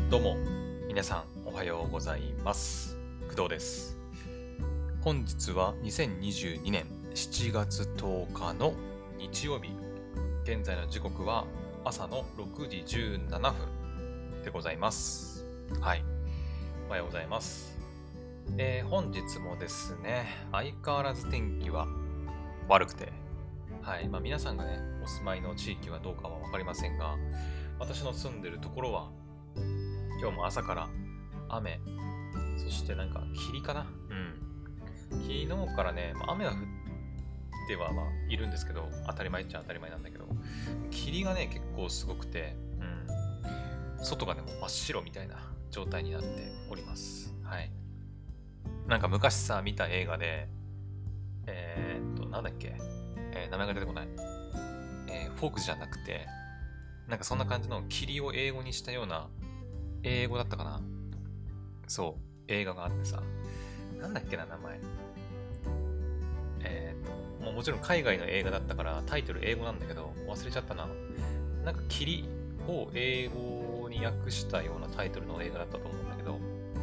どうも、皆さんおはようございます。工藤です。本日は2022年7月10日の日曜日。現在の時刻は朝の6時17分でございます。はい。おはようございます。本日もですね、相変わらず天気は悪くて、はい。皆さんがね、お住まいの地域はどうかはわかりませんが、私の住んでるところは今日も朝から雨、そして霧かな。昨日からね、雨が降ってはいるんですけど、当たり前っちゃ当たり前なんだけど、霧がね、結構すごくて、外がね、もう真っ白みたいな状態になっております。はい。昔さ、見た映画で、なんだっけ、名前が出てこない。フォークじゃなくて、そんな感じの霧を英語にしたような英語だったかな。そう、映画があってさ、なんだっけな、名前。もちろん海外の映画だったからタイトル英語なんだけど、忘れちゃったな。霧を英語に訳したようなタイトルの映画だったと思うんだけど、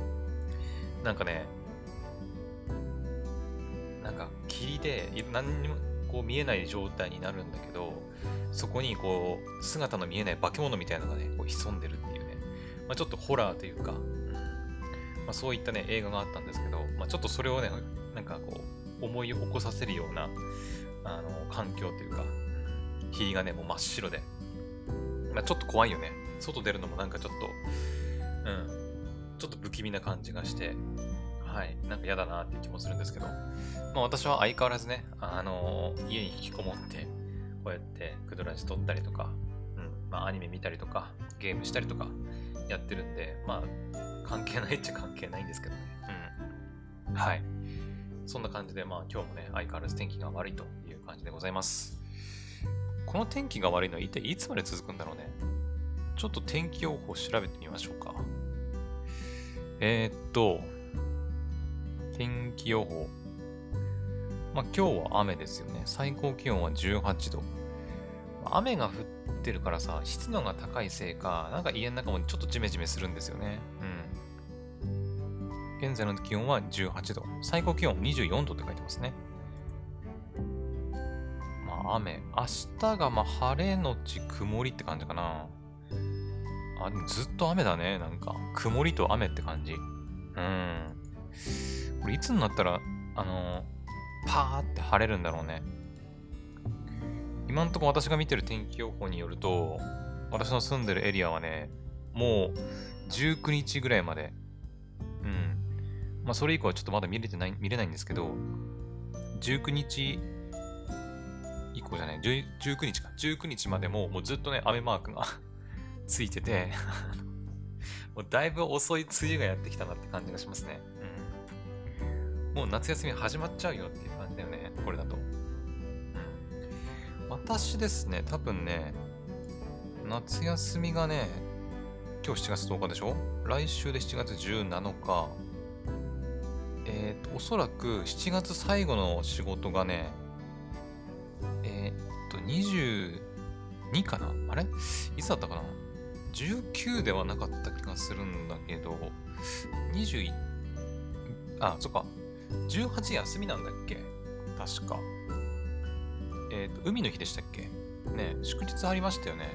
霧で何にもこう見えない状態になるんだけど、そこにこう姿の見えない化け物みたいなのがね、こう潜んでるっていうね、ちょっとホラーというか、そういったね、映画があったんですけど、ちょっとそれをね、こう、思い起こさせるような、環境というか、霧がね、もう真っ白で、ちょっと怖いよね。外出るのもちょっと、ちょっと不気味な感じがして、はい、嫌だなっていう気もするんですけど、私は相変わらずね、家に引きこもって、こうやってクドラジ撮ったりとか、アニメ見たりとか、ゲームしたりとかやってるんで、関係ないっちゃ関係ないんですけどね。はい。そんな感じで、今日もね、相変わらず天気が悪いという感じでございます。この天気が悪いのは一体いつまで続くんだろうね。ちょっと天気予報を調べてみましょうか。天気予報。今日は雨ですよね。最高気温は18度。雨が降ってるからさ、湿度が高いせいか、家の中もちょっとジメジメするんですよね。現在の気温は18度。最高気温24度って書いてますね。雨。明日が晴れのち曇りって感じかな。でもずっと雨だね。曇りと雨って感じ。これいつになったら、パーって晴れるんだろうね。今んとこ私が見てる天気予報によると、私の住んでるエリアはね、もう19日ぐらいまで、それ以降はちょっとまだ見れないんですけど、19日以降じゃない、19日か。19日までもうずっとね、雨マークがついててもうだいぶ遅い梅雨がやってきたなって感じがしますね。もう夏休み始まっちゃうよっていう感じだよね、これだと。私ですね、多分ね、夏休みがね、今日7月10日でしょ？来週で7月17日。おそらく7月最後の仕事がね、22かなあれいつだったかな ?19 ではなかった気がするんだけど、21、そっか。18休みなんだっけ確か。海の日でしたっけね、祝日ありましたよね。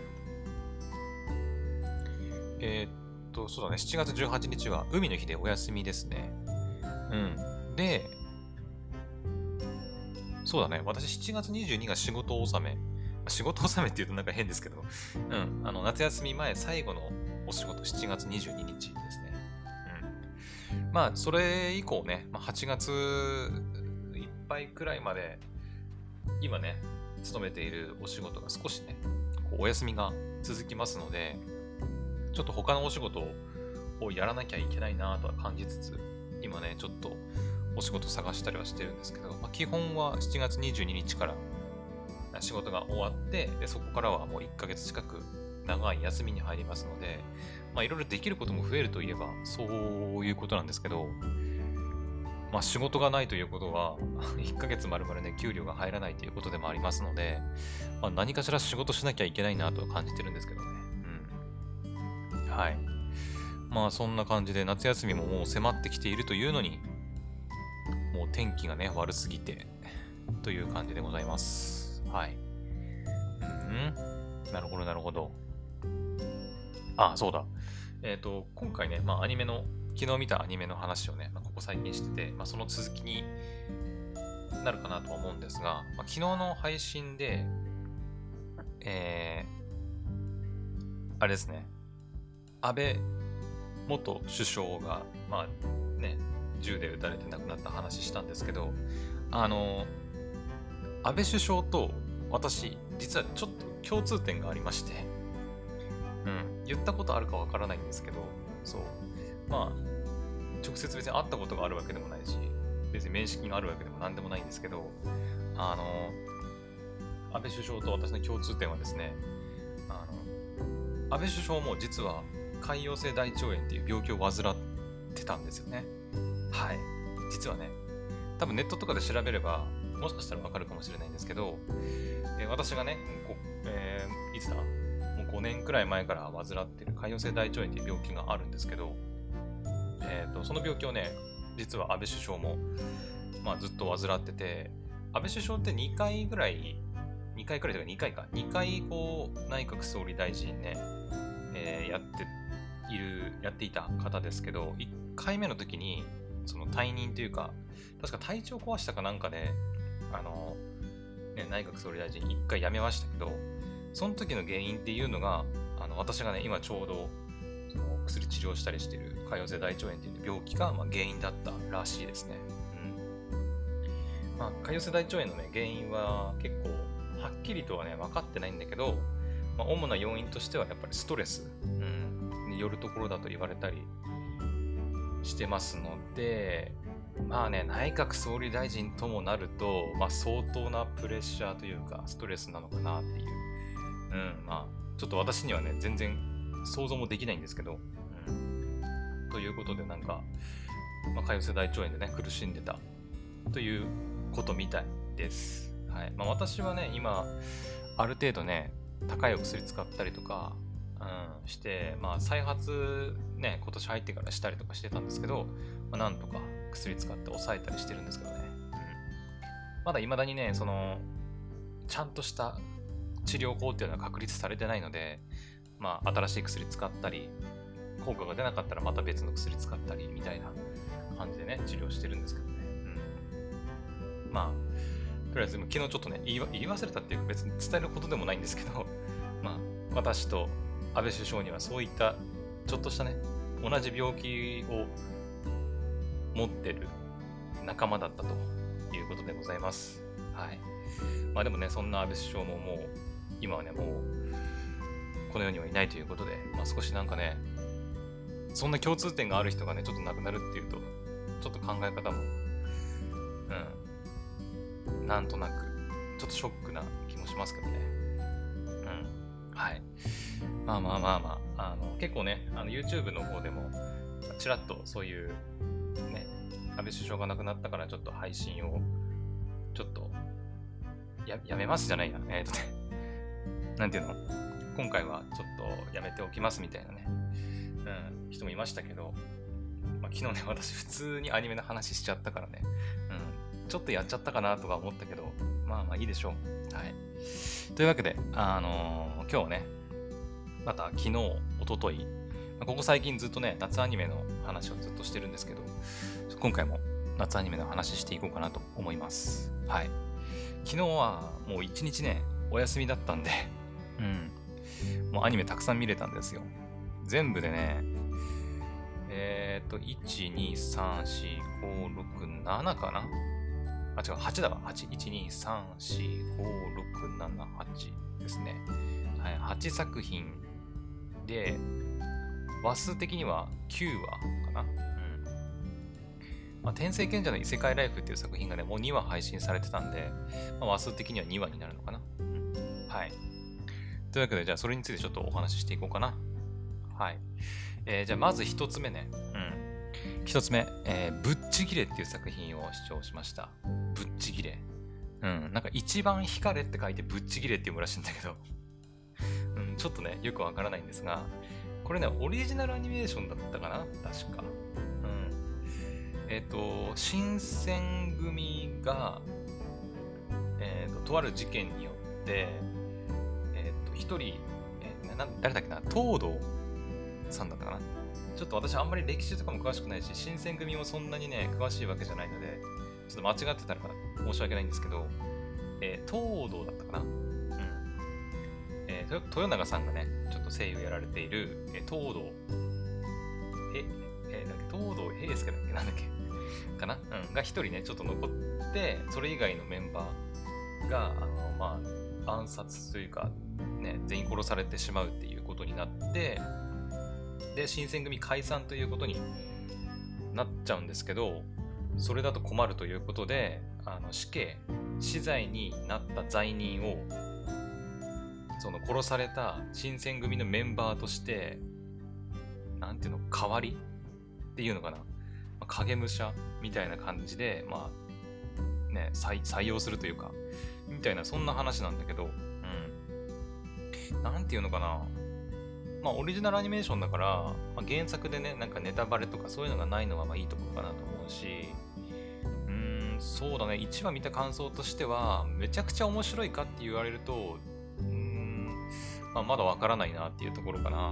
そうだね、7月18日は海の日でお休みですね。で、そうだね、私7月22が仕事納め。仕事納めって言うと変ですけど、夏休み前最後のお仕事7月22日ですね。それ以降ね、8月いっぱいくらいまで、今ね、勤めているお仕事が少しね、お休みが続きますので、ちょっと他のお仕事をやらなきゃいけないなとは感じつつ、今ね、ちょっとお仕事探したりはしてるんですけど、基本は7月22日から仕事が終わって、でそこからはもう1ヶ月近く長い休みに入りますので、いろいろできることも増えるといえば、そういうことなんですけど、仕事がないということは、1ヶ月丸々ね、給料が入らないということでもありますので、何かしら仕事しなきゃいけないなと感じてるんですけどね。はい。 まあそんな感じで夏休みももう迫ってきているというのに、もう天気がね、悪すぎて、という感じでございます。はい。なるほど、なるほど。あ、そうだ。今回ね、まあアニメの、昨日見たアニメの話をね、ここ最近してて、その続きになるかなとは思うんですが、昨日の配信で、あれですね、安倍元首相が、銃で撃たれて亡くなった話したんですけど、安倍首相と私、実はちょっと共通点がありまして、言ったことあるかわからないんですけど、そう、直接別に会ったことがあるわけでもないし、別に面識があるわけでも何でもないんですけど、安倍首相と私の共通点はですね、安倍首相も実は潰瘍性大腸炎っていう病気を患ってたんですよね。はい。実はね、多分ネットとかで調べれば、もしかしたらわかるかもしれないんですけど、私がね、いつだもう5年くらい前から患っている潰瘍性大腸炎っていう病気があるんですけど、その病気をね、実は安倍首相も、ずっと患ってて、安倍首相って2回くらいというか2回こう内閣総理大臣ね、やっていた方ですけど、1回目の時にその退任というか、確か体調壊したかなんかで、内閣総理大臣1回辞めましたけど、その時の原因っていうのが、私がね、今ちょうどその薬治療したりしている潰瘍性大腸炎っていう病気が原因だったらしいですね。潰瘍性大腸炎のね、原因は結構はっきりとはね、分かってないんだけど、主な要因としてはやっぱりストレス、によるところだと言われたりしてますので、内閣総理大臣ともなると、相当なプレッシャーというか、ストレスなのかなっていう。ちょっと私にはね、全然想像もできないんですけど、ということでなんか、潰瘍性大腸炎でね、苦しんでたということみたいです。はい。私はね、今、ある程度ね、高いお薬使ったりとか、して、再発ね、今年入ってからしたりとかしてたんですけど、なんとか薬使って抑えたりしてるんですけどね。まだ未だにね、ちゃんとした治療法っていうのは確立されてないので、新しい薬使ったり、効果が出なかったらまた別の薬使ったりみたいな感じでね、治療してるんですけどね。とりあえず昨日ちょっとね、言い忘れたっていうか別に伝えることでもないんですけど、私と安倍首相にはそういったちょっとしたね、同じ病気を持ってる仲間だったということでございます。はい。でもね、そんな安倍首相ももう、今はね、もう、この世にはいないということで、少しなんかね、そんな共通点がある人がね、ちょっと亡くなるっていうと、ちょっと考え方も、なんとなく、ちょっとショックな気もしますけどね。はい。結構ね、YouTube の方でも、ちらっとそういう、ね、安倍首相が亡くなったからちょっと配信を、ちょっと、やめますじゃないな。なんていうの？今回はちょっとやめておきますみたいなね、人もいましたけど、昨日ね、私普通にアニメの話しちゃったからね、ちょっとやっちゃったかなとか思ったけど、いいでしょう。はい。というわけで、今日はね、また昨日、一昨日ここ最近ずっとね、夏アニメの話をずっとしてるんですけど、今回も夏アニメの話していこうかなと思います。はい。昨日はもう一日ね、お休みだったんで、もうアニメたくさん見れたんですよ。全部でね、1、2、3、4、5、6、7かな違う、8だわ。8、1、2、3、4、5、6、7、8ですね。はい、8作品で、話数的には9話かな。天聖賢者の異世界ライフっていう作品がね、もう2話配信されてたんで、話数的には2話になるのかな。はい。というわけで、じゃあそれについてちょっとお話ししていこうかな。はい。じゃあまず一つ目ね。一つ目、ぶっちぎれっていう作品を視聴しました。ぶっちぎれ。なんか一番光れって書いてぶっちぎれって読むらしいんだけど、ちょっとね、よくわからないんですが、 これね、オリジナルアニメーションだったかな確か。新選組が、とある事件によって、一人、誰だっけな、東堂さんだったかな。ちょっと私あんまり歴史とかも詳しくないし、新選組もそんなにね、詳しいわけじゃないので、ちょっと間違ってたら申し訳ないんですけど、東堂だったかな。豊永さんがね、ちょっと声優やられている、東堂、東堂平介だっけなんだっけかな、が一人ね、ちょっと残って、それ以外のメンバーが、暗殺というか、ね、全員殺されてしまうっていうことになって、で、新選組解散ということになっちゃうんですけど、それだと困るということで、死罪になった罪人を、その殺された新選組のメンバーとして、なんていうの、代わりっていうのかな、影武者みたいな感じで、採用するというか、みたいな、そんな話なんだけど、なんていうのかな、オリジナルアニメーションだから、原作でね、なんかネタバレとかそういうのがないのは、いいところかなと思うし、そうだね、1話見た感想としては、めちゃくちゃ面白いかって言われると、まだわからないなっていうところかな。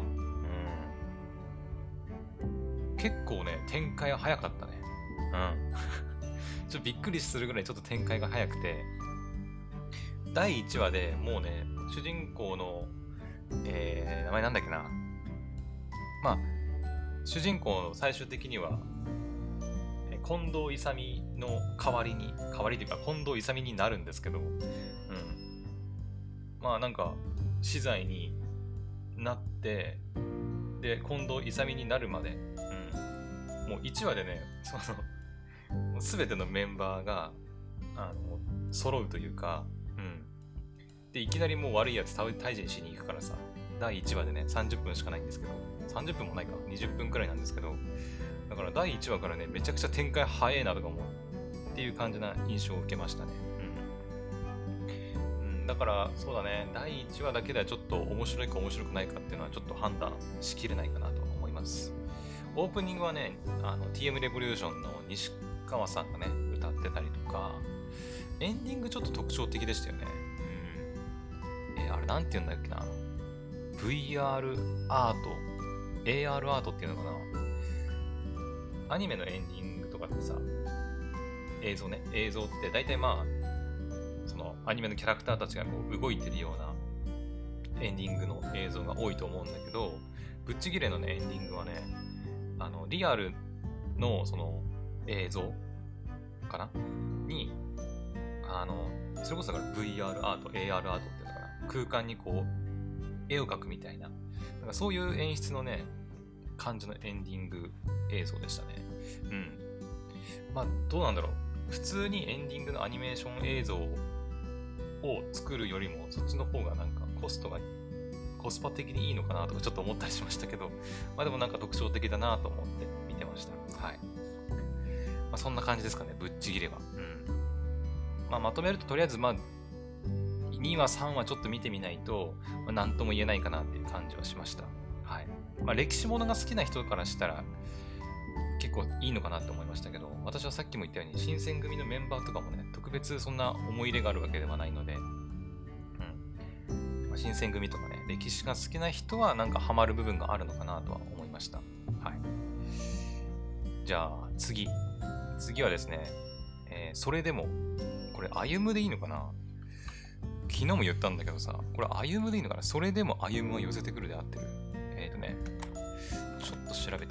結構ね、展開が早かったね。ちょっとびっくりするぐらいちょっと展開が早くて、第1話でもうね、主人公の、名前なんだっけな。主人公の最終的には、近藤勇の代わりというか、近藤勇になるんですけど、なんか、死罪になって、で、近藤勇になるまで、もう1話でね、すべてのメンバーが、揃うというか、で、いきなりもう悪いやつ退治しに行くからさ、第1話でね、30分しかないんですけど、30分もないか、20分くらいなんですけど、だから第1話からね、めちゃくちゃ展開早いなとか思うっていう感じな印象を受けましたね。だから、そうだね、第1話だけではちょっと面白いか面白くないかっていうのはちょっと判断しきれないかなと思います。オープニングはね、TM レボリューションの西川さんがね、歌ってたりとか、エンディングちょっと特徴的でしたよね。あれなんて言うんだっけな。VR アート、AR アートっていうのかな。アニメのエンディングとかってさ、映像って大体そのアニメのキャラクターたちがこう動いてるようなエンディングの映像が多いと思うんだけど、ぶっちぎれのね、エンディングはね、リアルのその映像かなに、それこそだから VR アート、AR アートっていうのかな、空間にこう、絵を描くみたいな、なんかそういう演出のね、感じのエンディング映像でしたね。どうなんだろう。普通にエンディングのアニメーション映像を作るよりも、そっちの方がなんかコスパ的にいいのかなとかちょっと思ったりしましたけど、でもなんか特徴的だなと思って見てました。はい。そんな感じですかね、ぶっちぎれは。まとめると、とりあえず2話、3話ちょっと見てみないと、なんとも言えないかなっていう感じはしました。はい。歴史ものが好きな人からしたら、結構いいのかなって思いましたけど、私はさっきも言ったように、新選組のメンバーとかもね、特別そんな思い入れがあるわけではないので、新選組とかね、歴史が好きな人はなんかハマる部分があるのかなとは思いました。はい。じゃあ次はですね、それでも、これ歩むでいいのかな？昨日も言ったんだけどさ、これ歩むでいいのかな？それでも歩むは寄せてくるで合ってる。ちょっと調べていい？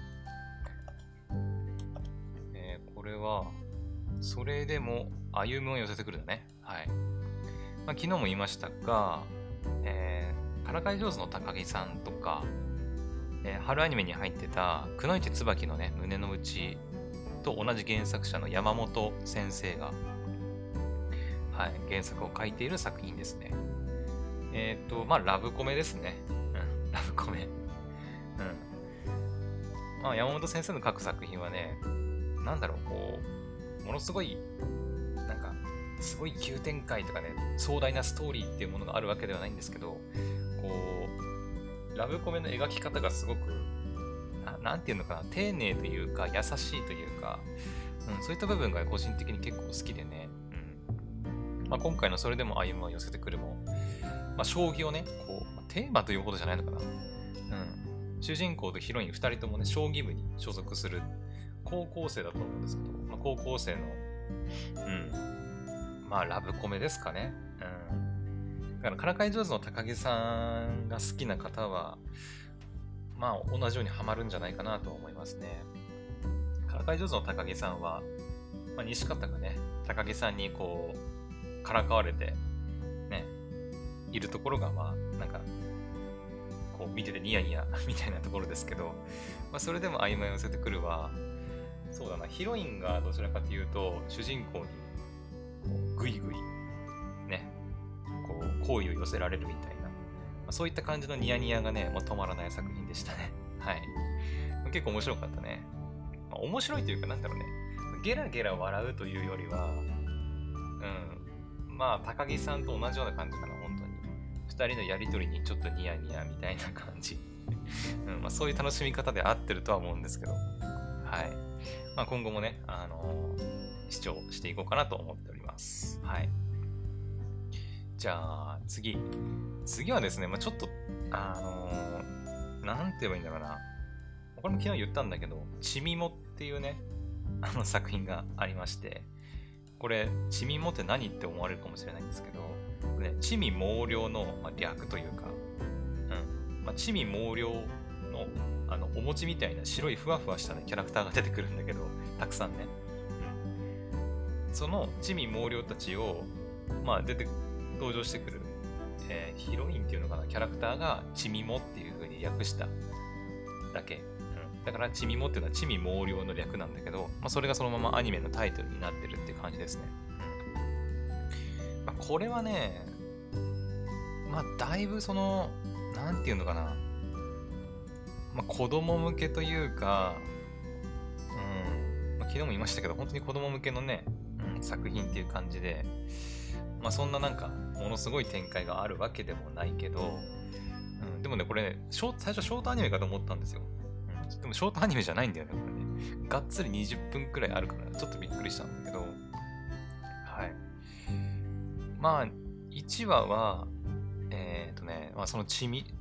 これは、それでも歩むを寄せてくるだね。はい。昨日も言いましたが、からかい上手の高木さんとか、春アニメに入ってた、くのいち椿のね、胸の内と同じ原作者の山本先生が、はい、原作を書いている作品ですね。ラブコメですね。ラブコメ。山本先生の書く作品はね、なんだろう、こう、ものすごい、なんか、すごい急展開とかね、壮大なストーリーっていうものがあるわけではないんですけど、こう、 ラブコメの描き方がすごく、なんていうのかな、丁寧というか、優しいというか、そういった部分が個人的に結構好きでね、今回のそれでも歩むは寄せてくるも、将棋をね、テーマというほどじゃないのかな。主人公とヒロイン2人ともね、将棋部に所属する高校生だと思うんですけど、高校生の、ラブコメですかね。だから、からかい上手の高木さんが好きな方は、同じようにハマるんじゃないかなと思いますね。からかい上手の高木さんは、西方がね、高木さんにからかわれて、ね、いるところが、見ててニヤニヤみたいなところですけど、それでも曖昧を寄せてくるは、そうだな、ヒロインがどちらかというと、主人公に、ぐいぐい、ね、好意を寄せられるみたいな、そういった感じのニヤニヤがね、もう止まらない作品でしたね。はい。結構面白かったね。面白いというか、なんだろうね、ゲラゲラ笑うというよりは、高木さんと同じような感じかな、本当に。二人のやりとりにちょっとニヤニヤみたいな感じ。そういう楽しみ方で合ってるとは思うんですけど、はい。今後もね、視聴していこうかなと思っております。はい。じゃあ、次はですね、ちょっと、なんて言えばいいんだろうな。これも昨日言ったんだけど、ちみもっていうね、作品がありまして、これ、ちみもって何って思われるかもしれないんですけど、ね、ちみ毛量の、略というか、ちみ毛量の、お餅みたいな白いふわふわした、ね、キャラクターが出てくるんだけど、たくさんね。そのちみ毛量たちを、登場してくる、ヒロインっていうのかな、キャラクターがちみもっていう風に訳しただけ。だからちみもっていうのはちみ毛量の略なんだけど、それがそのままアニメのタイトルになってるっていう感じですね。これはね、だいぶなんていうのかな、子供向けというか、昨日も言いましたけど、本当に子供向けのね、作品っていう感じで、そんなものすごい展開があるわけでもないけど、でもね、これね、最初ショートアニメかと思ったんですよ。でもショートアニメじゃないんだよね、これね。がっつり20分くらいあるから、ちょっとびっくりしたんだけど、はい。1話は、そのちみ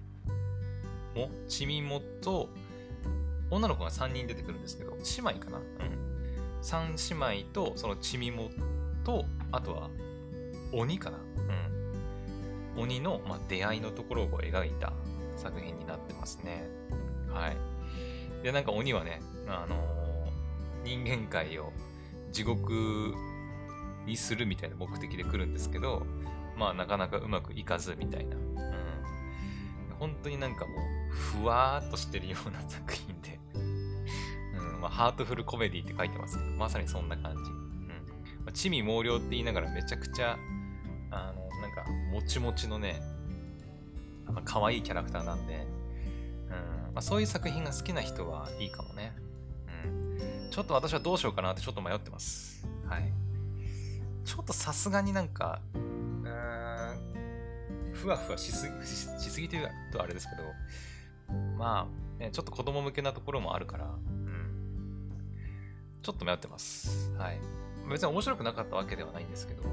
もと、女の子が3人出てくるんですけど、姉妹かな3姉妹と、そのちみもと、あとは、鬼かな鬼の、出会いのところを描いた作品になってますね。はい。で、鬼はね、人間界を地獄にするみたいな目的で来るんですけど、なかなかうまくいかずみたいな。本当にもう、ふわーっとしてるような作品で、ハートフルコメディって書いてますけど、まさにそんな感じ。ちみ毛量って言いながらめちゃくちゃ、もちもちのね、可愛いキャラクターなんで、そういう作品が好きな人はいいかもね。ちょっと私はどうしようかなってちょっと迷ってます。はい。ちょっとさすがにふわふわしすぎというとあれですけど、ちょっと子供向けなところもあるから、ちょっと迷ってます。はい。別に面白くなかったわけではないんですけど、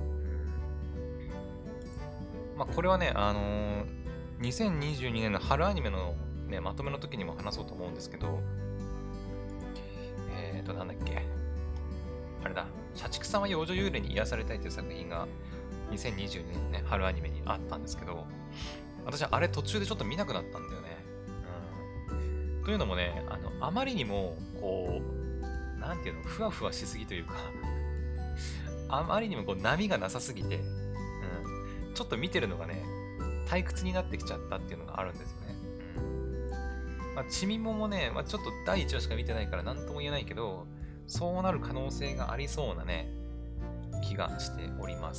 これはね、2022年の春アニメの、ね、まとめの時にも話そうと思うんですけど、なんだっけ。あれだ。社畜さんは幼女幽霊に癒されたいという作品が2022年のね、春アニメにあったんですけど、私はあれ途中でちょっと見なくなったんだよね。というのもね、あまりにも、なんていうの、ふわふわしすぎというかあまりにも波がなさすぎて、ちょっと見てるのがね、退屈になってきちゃったっていうのがあるんですよね。ちみももね、ちょっと第1話しか見てないから何とも言えないけど、そうなる可能性がありそうなね、気がしております。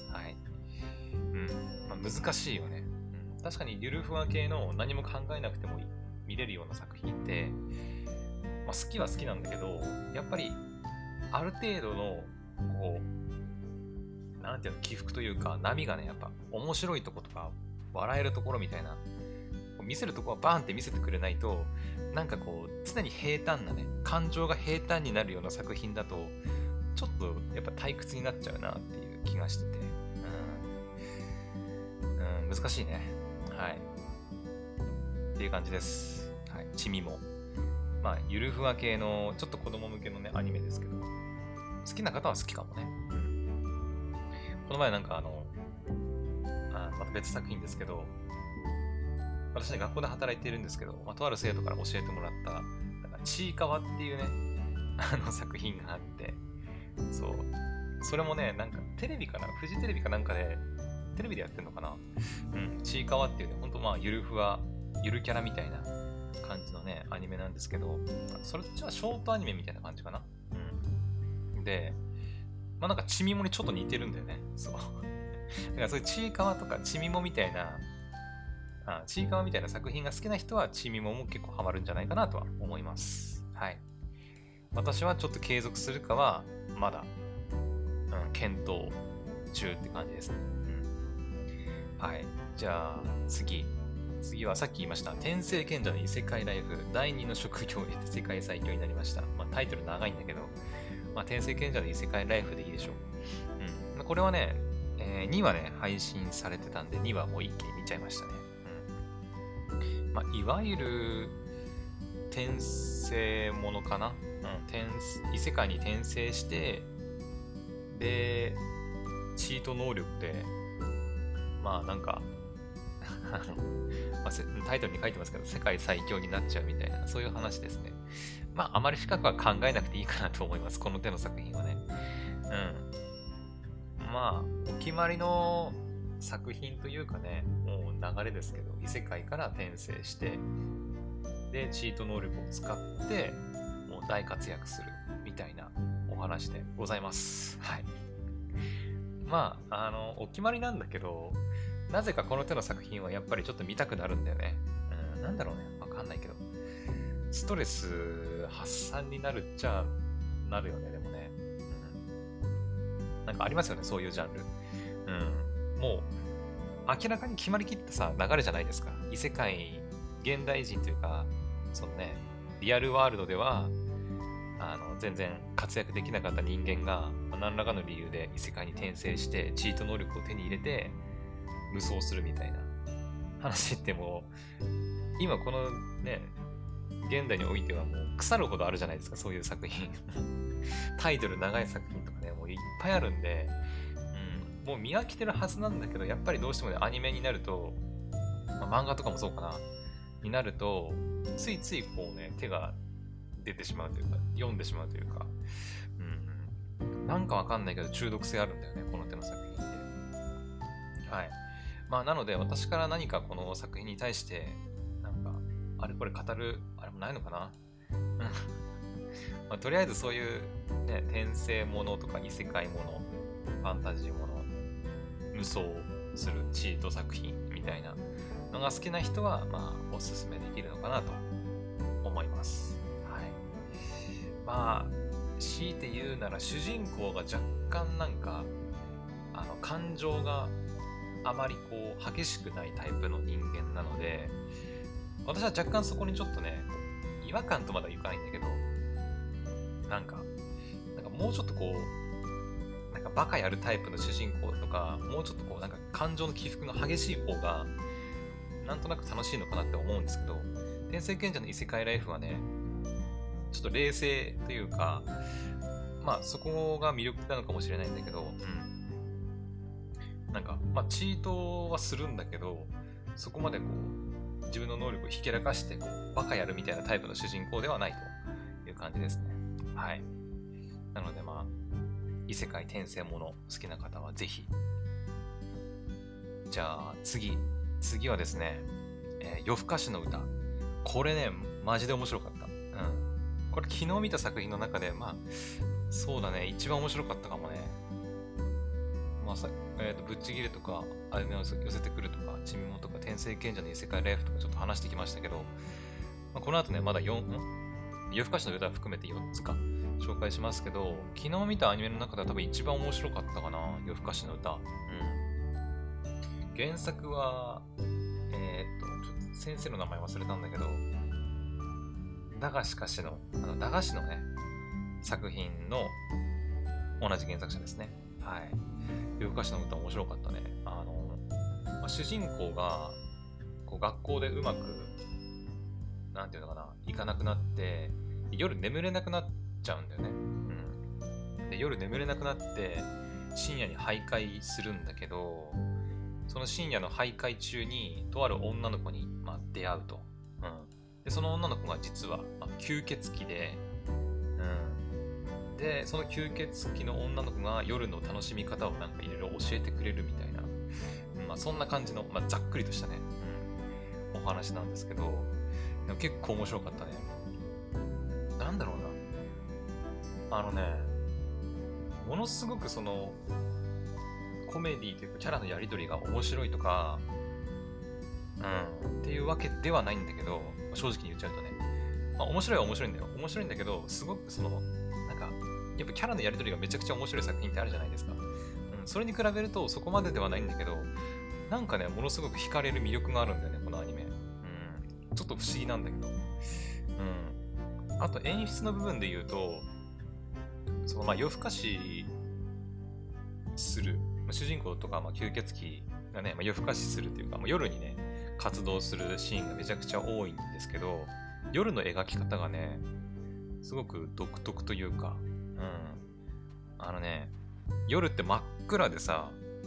はい。難しいよね。確かにゆるふわ系の何も考えなくても見れるような作品って、好きは好きなんだけど、やっぱりある程度のなんていうの、起伏というか波がね、やっぱ面白いとことか笑えるところみたいな、 見せるとこはバーンって見せてくれないと、なんかこう、常に平坦なね、感情が平坦になるような作品だと、ちょっとやっぱ退屈になっちゃうなっていう気がしてて、難しいね。はい。っていう感じです。はい。チミも。まあ、ゆるふわ系の、ちょっと子供向けのね、アニメですけど、好きな方は好きかもね。この前なんかまた別作品ですけど、私ね、学校で働いているんですけど、とある生徒から教えてもらった、なんかちいかわっていうね、作品があって、そう。それもね、なんかテレビかな、フジテレビかなんかで、テレビでやってんのかな、ちいかわっていうね、ほんとゆるふわ、ゆるキャラみたいな感じのね、アニメなんですけど、それじゃあショートアニメみたいな感じかな。で、なんかちみもにちょっと似てるんだよね。そう。だからそういうちいかわとかちみもみたいな、ちいかわみたいな作品が好きな人はちみもも結構ハマるんじゃないかなとは思います。はい。私はちょっと継続するかは、まだ、検討中って感じですね。はい。じゃあ、次はさっき言いました、天聖賢者の異世界ライフ、第2の職業を得て世界最強になりました。タイトル長いんだけど、天聖賢者の異世界ライフでいいでしょう。これはね、2話ね、配信されてたんで、2話もう一気に見ちゃいましたね。いわゆる、転生ものかな、異世界に転生して、で、チート能力で、なんかタイトルに書いてますけど、世界最強になっちゃうみたいな、そういう話ですね。あまり深くは考えなくていいかなと思います、この手の作品はね。お決まりの作品というかね、もう流れですけど、異世界から転生して、で、チート能力を使って、もう大活躍するみたいなお話でございます。はい。お決まりなんだけど、なぜかこの手の作品はやっぱりちょっと見たくなるんだよね。なんだろうね。わかんないけど。ストレス発散になるっちゃなるよね、でもね。なんかありますよね、そういうジャンル。もう、明らかに決まりきったさ、流れじゃないですか。異世界、現代人というか、そのね、リアルワールドでは、全然活躍できなかった人間が、何らかの理由で異世界に転生して、チート能力を手に入れて、無双するみたいな話ってもう、今このね、現代においてはもう腐るほどあるじゃないですか、そういう作品。タイトル長い作品とかね、もういっぱいあるんで、もう見飽きてるはずなんだけど、やっぱりどうしてもね、アニメになると、漫画とかもそうかな、になると、ついついこうね、手が出てしまうというか、読んでしまうというか、なんかわかんないけど中毒性あるんだよね、この手の作品って。はい。なので、私から何かこの作品に対して、なんか、あれこれ語る、あれもないのかなとりあえずそういう、ね、転生ものとか異世界もの、ファンタジーもの、無双するチート作品みたいなのが好きな人は、おすすめできるのかなと思います。はい。強いて言うなら、主人公が若干なんか、感情があまりこう激しくないタイプの人間なので、私は若干そこにちょっとね、違和感とまだいかないんだけど、なんかもうちょっとこう、なんかバカやるタイプの主人公とか、もうちょっとこう、なんか感情の起伏の激しい方が、なんとなく楽しいのかなって思うんですけど、天聖賢者の異世界ライフはね、ちょっと冷静というか、そこが魅力なのかもしれないんだけど、なんか、チートはするんだけど、そこまでこう、自分の能力をひけらかして、こう、バカやるみたいなタイプの主人公ではないという感じですね。はい。なので異世界転生もの好きな方はぜひ。じゃあ、次はですね、夜更かしの歌。これね、マジで面白かった。これ昨日見た作品の中で、そうだね、一番面白かったかもね。ぶっちぎるとか、アニメを寄せてくるとか、ちみもとか、天聖賢者の異世界ライフとかちょっと話してきましたけど、この後ね、まだ夜更かしの歌含めて4つか、紹介しますけど、昨日見たアニメの中では多分一番面白かったかな、夜更かしの歌。原作は、ちょっと先生の名前忘れたんだけど、駄菓子菓子の、駄菓子のね、作品の同じ原作者ですね。はい。夜更かしの歌面白かったね。主人公が、こう学校でうまく、なんていうのかな、いかなくなって、夜眠れなくなっちゃうんだよね。うん。で、夜眠れなくなって、深夜に徘徊するんだけど、その深夜の徘徊中に、とある女の子に、出会うと。うん。で、その女の子が実は、吸血鬼で、うん。で、その吸血鬼の女の子が夜の楽しみ方をなんかいろいろ教えてくれるみたいな、そんな感じの、ざっくりとしたね、お話なんですけど、でも結構面白かったね。なんだろうな。ものすごくその、コメディというかキャラのやりとりが面白いとか、っていうわけではないんだけど、正直に言っちゃうとね。面白いは面白いんだよ。面白いんだけど、すごくその、なんか、やっぱキャラのやりとりがめちゃくちゃ面白い作品ってあるじゃないですか。それに比べるとそこまでではないんだけど、なんかね、ものすごく惹かれる魅力があるんだよね、このアニメ。ちょっと不思議なんだけど。あと演出の部分で言うと、その夜更かしする、主人公とか吸血鬼がね、夜更かしするというか、夜にね、活動するシーンがめちゃくちゃ多いんですけど、夜の描き方がね、すごく独特というか、夜って真っ暗でさ、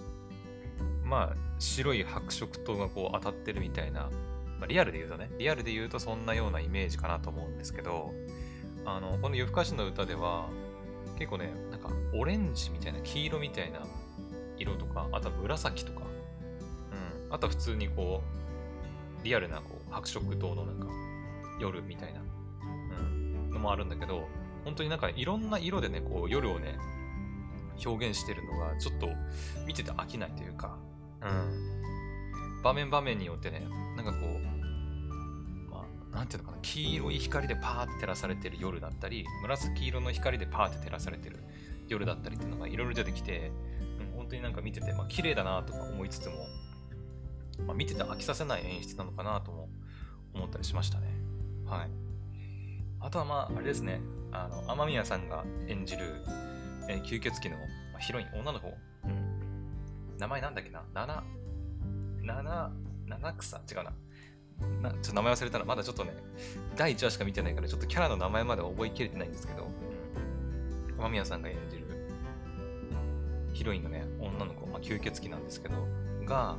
白い白色灯がこう当たってるみたいな、リアルで言うとそんなようなイメージかなと思うんですけど、この夜更かしの歌では、結構ね、なんかオレンジみたいな、黄色みたいな色とか、あとは紫とか、あとは普通にこう、リアルなこう白色灯のなんか夜みたいな、のもあるんだけど、本当になんかいろんな色でね、こう夜をね、表現してるのがちょっと見てて飽きないというか、場面場面によってね、なんかこう、なんていうのかな、黄色い光でパーって照らされてる夜だったり、紫色の光でパーって照らされてる夜だったりっていうのがいろいろ出てきて、本当になんか見てて、綺麗だなとか思いつつも、見てて飽きさせない演出なのかなとも思ったりしましたね。はい。あとはあれですね、雨宮さんが演じる、吸血鬼のヒロイン、女の子、名前なんだっけな、七草違うな。ちょっと名前忘れたら、まだちょっとね、第1話しか見てないから、ちょっとキャラの名前までは覚えきれてないんですけど、雨宮さんが演じるヒロインのね、女の子、吸血鬼なんですけど、が、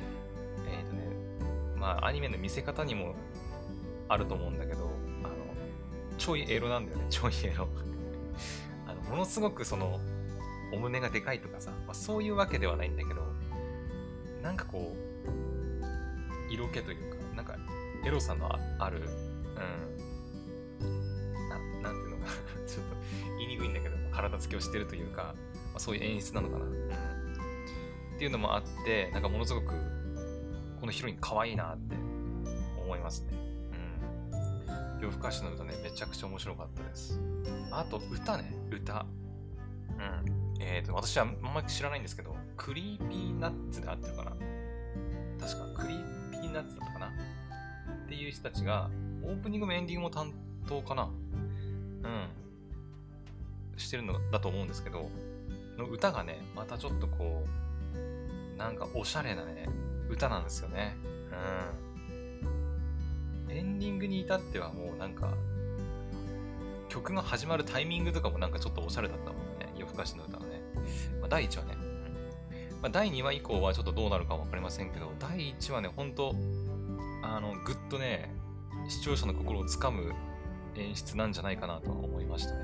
アニメの見せ方にもあると思うんだけど、ちょいエロなんだよね、ちょいエロ。ものすごくその、お胸がでかいとかさ、そういうわけではないんだけど、なんかこう、色気というか、なんか、エロさのある、なんていうのかな、ちょっと言いにくいんだけど、体つきをしてるというか、そういう演出なのかな、っていうのもあって、なんかものすごく、このヒロイン可愛いなって思いますね。夜更かしの歌ね、めちゃくちゃ面白かったです。あと、歌ね、歌。私はあんまり知らないんですけど、クリーピーナッツで合ってるかな、確か、クリーピーナッツだったかなっていう人たちが、オープニングもエンディングも担当かなしてるのだと思うんですけど、の歌がね、またちょっとこう、なんかおしゃれなね、歌なんですよね。エンディングに至ってはもうなんか、曲が始まるタイミングとかもなんかちょっとおしゃれだったもんね。夜更かしの歌のね。第1話ね。第2話以降はちょっとどうなるかわかりませんけど、第1話ね、ほんと、ぐっとね、視聴者の心をつかむ演出なんじゃないかなとは思いましたね。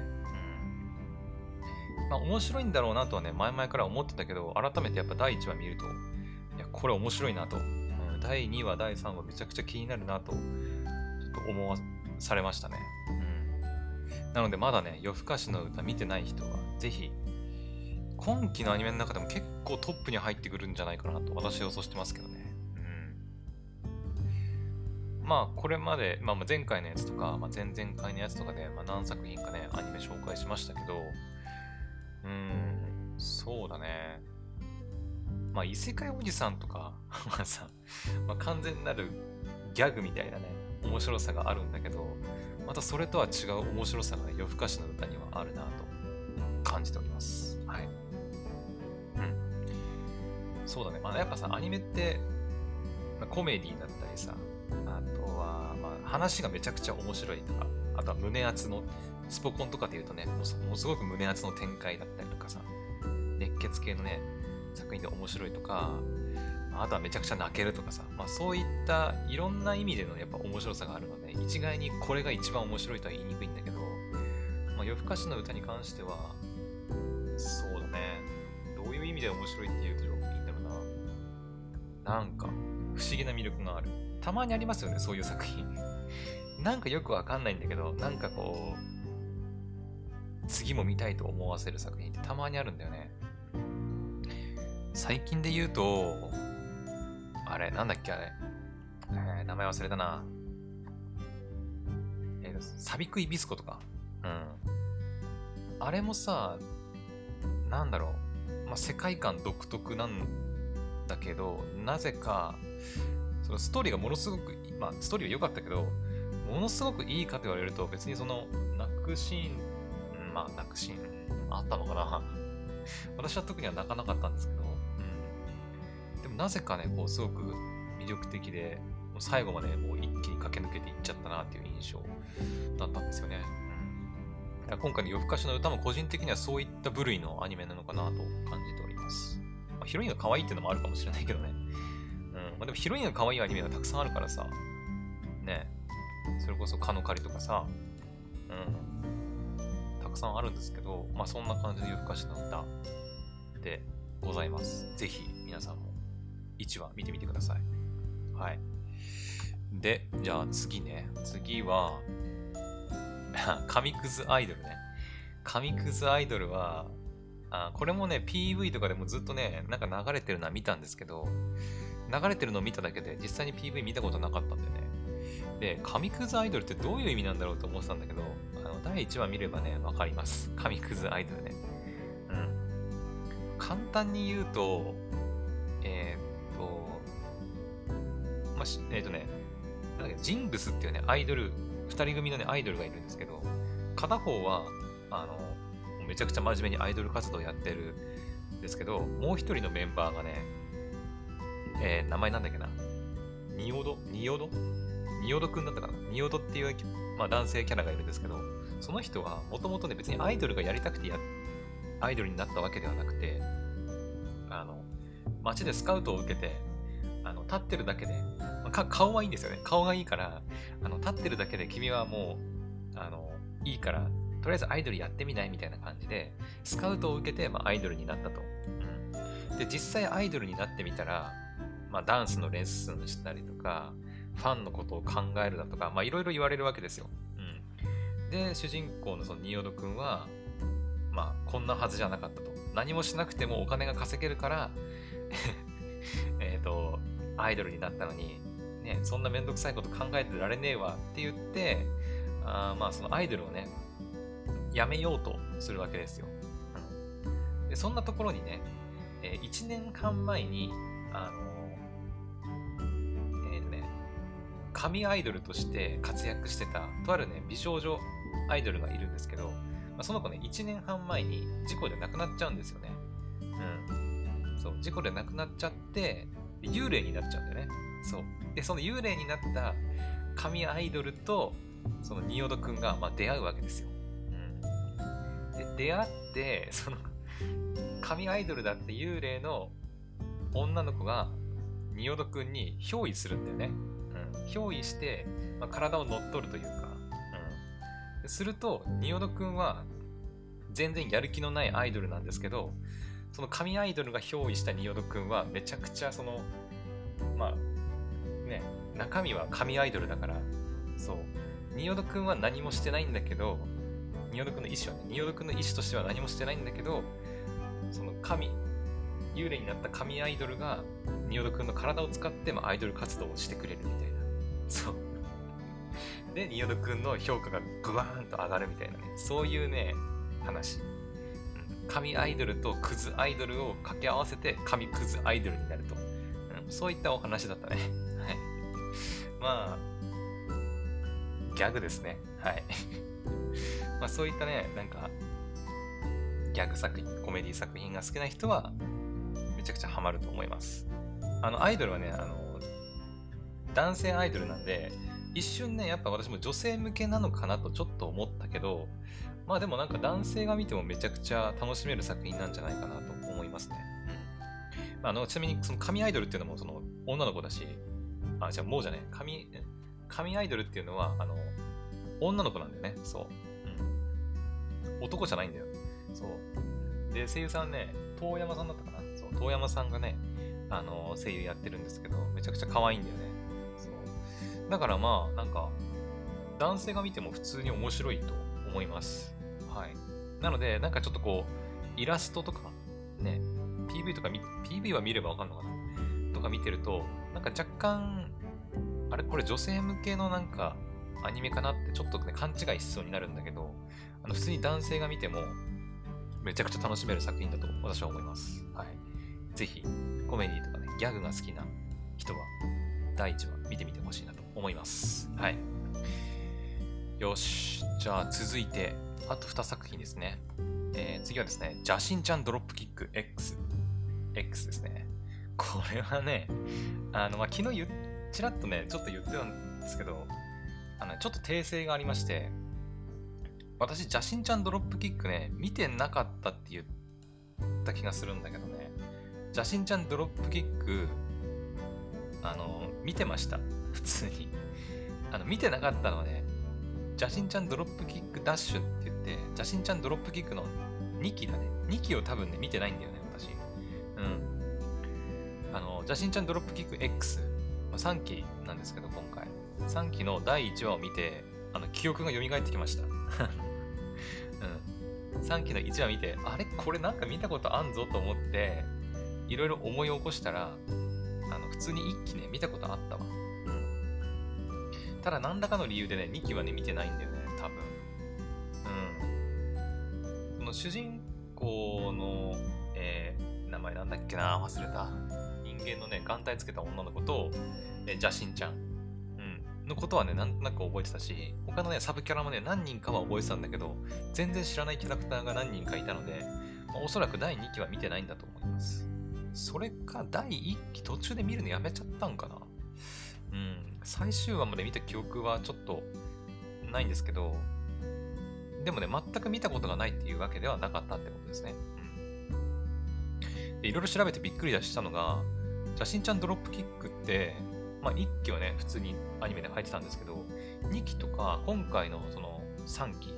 面白いんだろうなとはね、前々から思ってたけど、改めてやっぱ第1話見ると、いや、これ面白いなと。第2話、第3話めちゃくちゃ気になるなと、ちょっと思わされましたね。なのでまだね、夜更かしの歌見てない人は、ぜひ、今期のアニメの中でも結構トップに入ってくるんじゃないかなと私は予想してますけどね。これまで、前回のやつとか、前々回のやつとかで、何作品かね、アニメ紹介しましたけど、そうだね。異世界おじさんとかはさ、完全なるギャグみたいなね、面白さがあるんだけど、またそれとは違う面白さが夜更かしの歌にはあるなと感じております。はい。うん。そうだね。やっぱさ、アニメって、コメディだったりさ、あとは、話がめちゃくちゃ面白いとか、あとは胸熱の、スポコンとかで言うとね、もうすごく胸熱の展開だったりとかさ、熱血系のね、作品で面白いとか、あとはめちゃくちゃ泣けるとかさ、そういったいろんな意味でのやっぱ面白さがあるので、一概にこれが一番面白いとは言いにくいんだけど、夜更かしの歌に関しては、そうだね、どういう意味で面白いって言うといいんだろうな。なんか、不思議な魅力がある。たまにありますよね、そういう作品。なんかよくわかんないんだけど、なんかこう、次も見たいと思わせる作品ってたまにあるんだよね。最近で言うと、あれ、なんだっけあれ。名前忘れたな。サビクイビスコとか。うん。あれもさ、なんだろう。世界観独特なんだけど、なぜか、そのストーリーがものすごく、ストーリーは良かったけど、ものすごくいいかと言われると、別にその、泣くシーン、泣くシーン、あったのかな。私は特には泣かなかったんですけど、でもなぜかね、こう、すごく魅力的で、もう最後までもう一気に駆け抜けていっちゃったなっていう印象だったんですよね。だから今回の夜更かしの歌も個人的にはそういった部類のアニメなのかなと感じております。ヒロインが可愛いっていうのもあるかもしれないけどね。でもヒロインが可愛いアニメがたくさんあるからさ、ね、それこそカノカリとかさ、たくさんあるんですけど、そんな感じで夜更かしの歌でございます。ぜひ皆さんも1話見てみてください。はい。で、じゃあ次ね。次は、神くずアイドルね。神くずアイドルは、これもね、PV とかでもずっとね、なんか流れてるのは見たんですけど、流れてるのを見ただけで実際に PV 見たことなかったんだよね。で、神くずアイドルってどういう意味なんだろうと思ってたんだけど、第1話見ればね、わかります。神くずアイドルね。簡単に言うと、なんだっけ、ジングスっていうね、アイドル、2人組のね、アイドルがいるんですけど、片方は、めちゃくちゃ真面目にアイドル活動をやってるんですけど、もう一人のメンバーがね、名前なんだっけな、ニオドくんだったかな。ニオドっていう、男性キャラがいるんですけど、その人はもともとね、別にアイドルがやりたくてアイドルになったわけではなくて、街でスカウトを受けて、立ってるだけで、顔はいいんですよね。顔がいいから、立ってるだけで君はもう、いいから、とりあえずアイドルやってみないみたいな感じで、スカウトを受けて、アイドルになったと。で、実際アイドルになってみたら、ダンスのレッスンしたりとか、ファンのことを考えるだとか、いろいろ言われるわけですよ。で、主人公のそのニオドくんは、こんなはずじゃなかったと。何もしなくてもお金が稼げるからアイドルになったのに、ね、そんなめんどくさいこと考えてられねえわって言って、そのアイドルをね、やめようとするわけですよ。でそんなところにね、1年半前に、神アイドルとして活躍してた、とあるね、美少女アイドルがいるんですけど、その子ね、1年半前に事故で亡くなっちゃうんですよね。そう、事故で亡くなっちゃって、幽霊になっちゃうんだよね。そう。で、その幽霊になった神アイドルと、そのニオドくんが、出会うわけですよ。で、出会って、その、神アイドルだって幽霊の女の子が、ニオドくんに憑依するんだよね。憑依して、体を乗っ取るというか、すると、ニオドくんは全然やる気のないアイドルなんですけど、その神アイドルが憑依したニオドくんはめちゃくちゃその、中身は神アイドルだから、そう、ニオドくんは何もしてないんだけど、ニオドくんの意思はね、ニオドくんの意思としては何もしてないんだけど、その幽霊になった神アイドルがニオドくんの体を使ってアイドル活動をしてくれるみたいな。そう。で、ニオドくんの評価がグワーンと上がるみたいなね、そういうね、話。神アイドルとクズアイドルを掛け合わせて神クズアイドルになると。そういったお話だったね。はい。 まあ、ギャグですね。はい。まあそういったね、なんか、ギャグ作品、コメディ作品が好きな人は、めちゃくちゃハマると思います。アイドルはね、男性アイドルなんで、一瞬ね、やっぱ私も女性向けなのかなとちょっと思ったけど、まあでもなんか男性が見てもめちゃくちゃ楽しめる作品なんじゃないかなと思いますね。うん。ちなみにその神アイドルっていうのもその女の子だし、じゃあもうじゃね、神アイドルっていうのは、女の子なんだよね。そう。うん。男じゃないんだよ。そう。で、声優さんね、遠山さんだったかな。そう、遠山さんがね、声優やってるんですけど、めちゃくちゃ可愛いんだよね。そう。だからまあ、なんか、男性が見ても普通に面白いと思います。はい。なので、なんかちょっとこう、イラストとか、ね、PV とかPV は見ればわかんのかなとか見てると、なんか若干、あれこれ女性向けのなんかアニメかなってちょっとね、勘違いしそうになるんだけど、普通に男性が見ても、めちゃくちゃ楽しめる作品だと私は思います。はい。ぜひ、コメディとかね、ギャグが好きな人は、第1話見てみてほしいなと思います。はい。よし。じゃあ続いて、あと2作品ですね。次はですね、邪神ちゃんドロップキック X。X ですね。これはね、昨日ちらっとね、ちょっと言ってたんですけど、ちょっと訂正がありまして、私、邪神ちゃんドロップキックね、見てなかったって言った気がするんだけどね、邪神ちゃんドロップキック、見てました。普通に。見てなかったのはね、邪神ちゃんドロップキックダッシュって言って、邪神ちゃんドロップキックの2期だね。2期を多分ね、見てないんだよね、私。うん。邪神ちゃんドロップキック X、3期なんですけど、今回。3期の第1話を見て、記憶が蘇ってきました。うん。3期の1話見て、あれこれなんか見たことあんぞと思って、いろいろ思い起こしたら、普通に1期ね、見たことあったわ。うん。ただ、何らかの理由でね、2期はね、見てないんだよね、多分。うん。この主人公の、名前なんだっけな、忘れた。人間のね、眼帯つけた女の子と、邪神ちゃん、のことはね、なんとなく覚えてたし、他のね、サブキャラもね、何人かは覚えてたんだけど、全然知らないキャラクターが何人かいたので、おそらく第2期は見てないんだと思います。それか、第1期途中で見るのやめちゃったんかな。うん、最終話まで見た記憶はちょっとないんですけど、でもね、全く見たことがないっていうわけではなかったってことですね。いろいろ調べてびっくりしたのが、邪神ちゃんドロップキックって、1期はね、普通にアニメで入ってたんですけど、2期とか、今回のその3期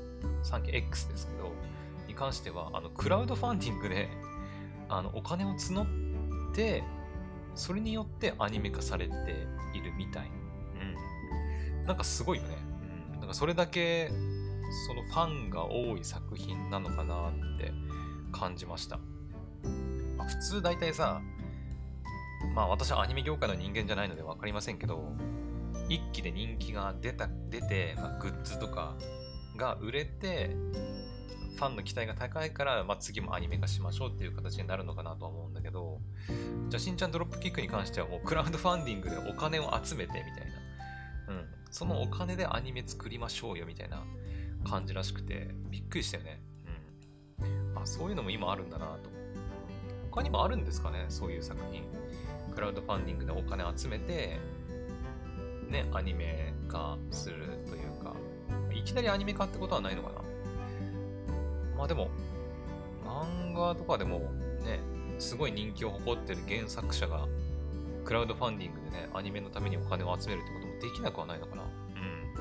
X ですけど、に関しては、クラウドファンディングで、お金を募って、それによってアニメ化されているみたい。うん。なんかすごいよね。うん。なんかそれだけ、そのファンが多い作品なのかなって感じました。普通大体さ、私はアニメ業界の人間じゃないので分かりませんけど、一期で人気が出て、グッズとかが売れて、ファンの期待が高いから、次もアニメ化しましょうっていう形になるのかなとは思うんだけど、じゃあ、しんちゃんドロップキックに関してはもうクラウドファンディングでお金を集めてみたいな。うん。そのお金でアニメ作りましょうよみたいな感じらしくて、びっくりしたよね。うん。そういうのも今あるんだなと。他にもあるんですかね、そういう作品。クラウドファンディングでお金集めて、ね、アニメ化するというか、いきなりアニメ化ってことはないのかな。でも、漫画とかでもね、すごい人気を誇ってる原作者が、クラウドファンディングでね、アニメのためにお金を集めるってこともできなくはないのかな。うん。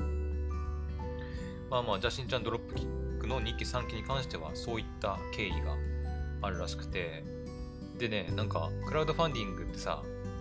じゃあ、しんちゃんドロップキックの2期3期に関しては、そういった経緯があるらしくて、でね、なんか、クラウドファンディングってさ、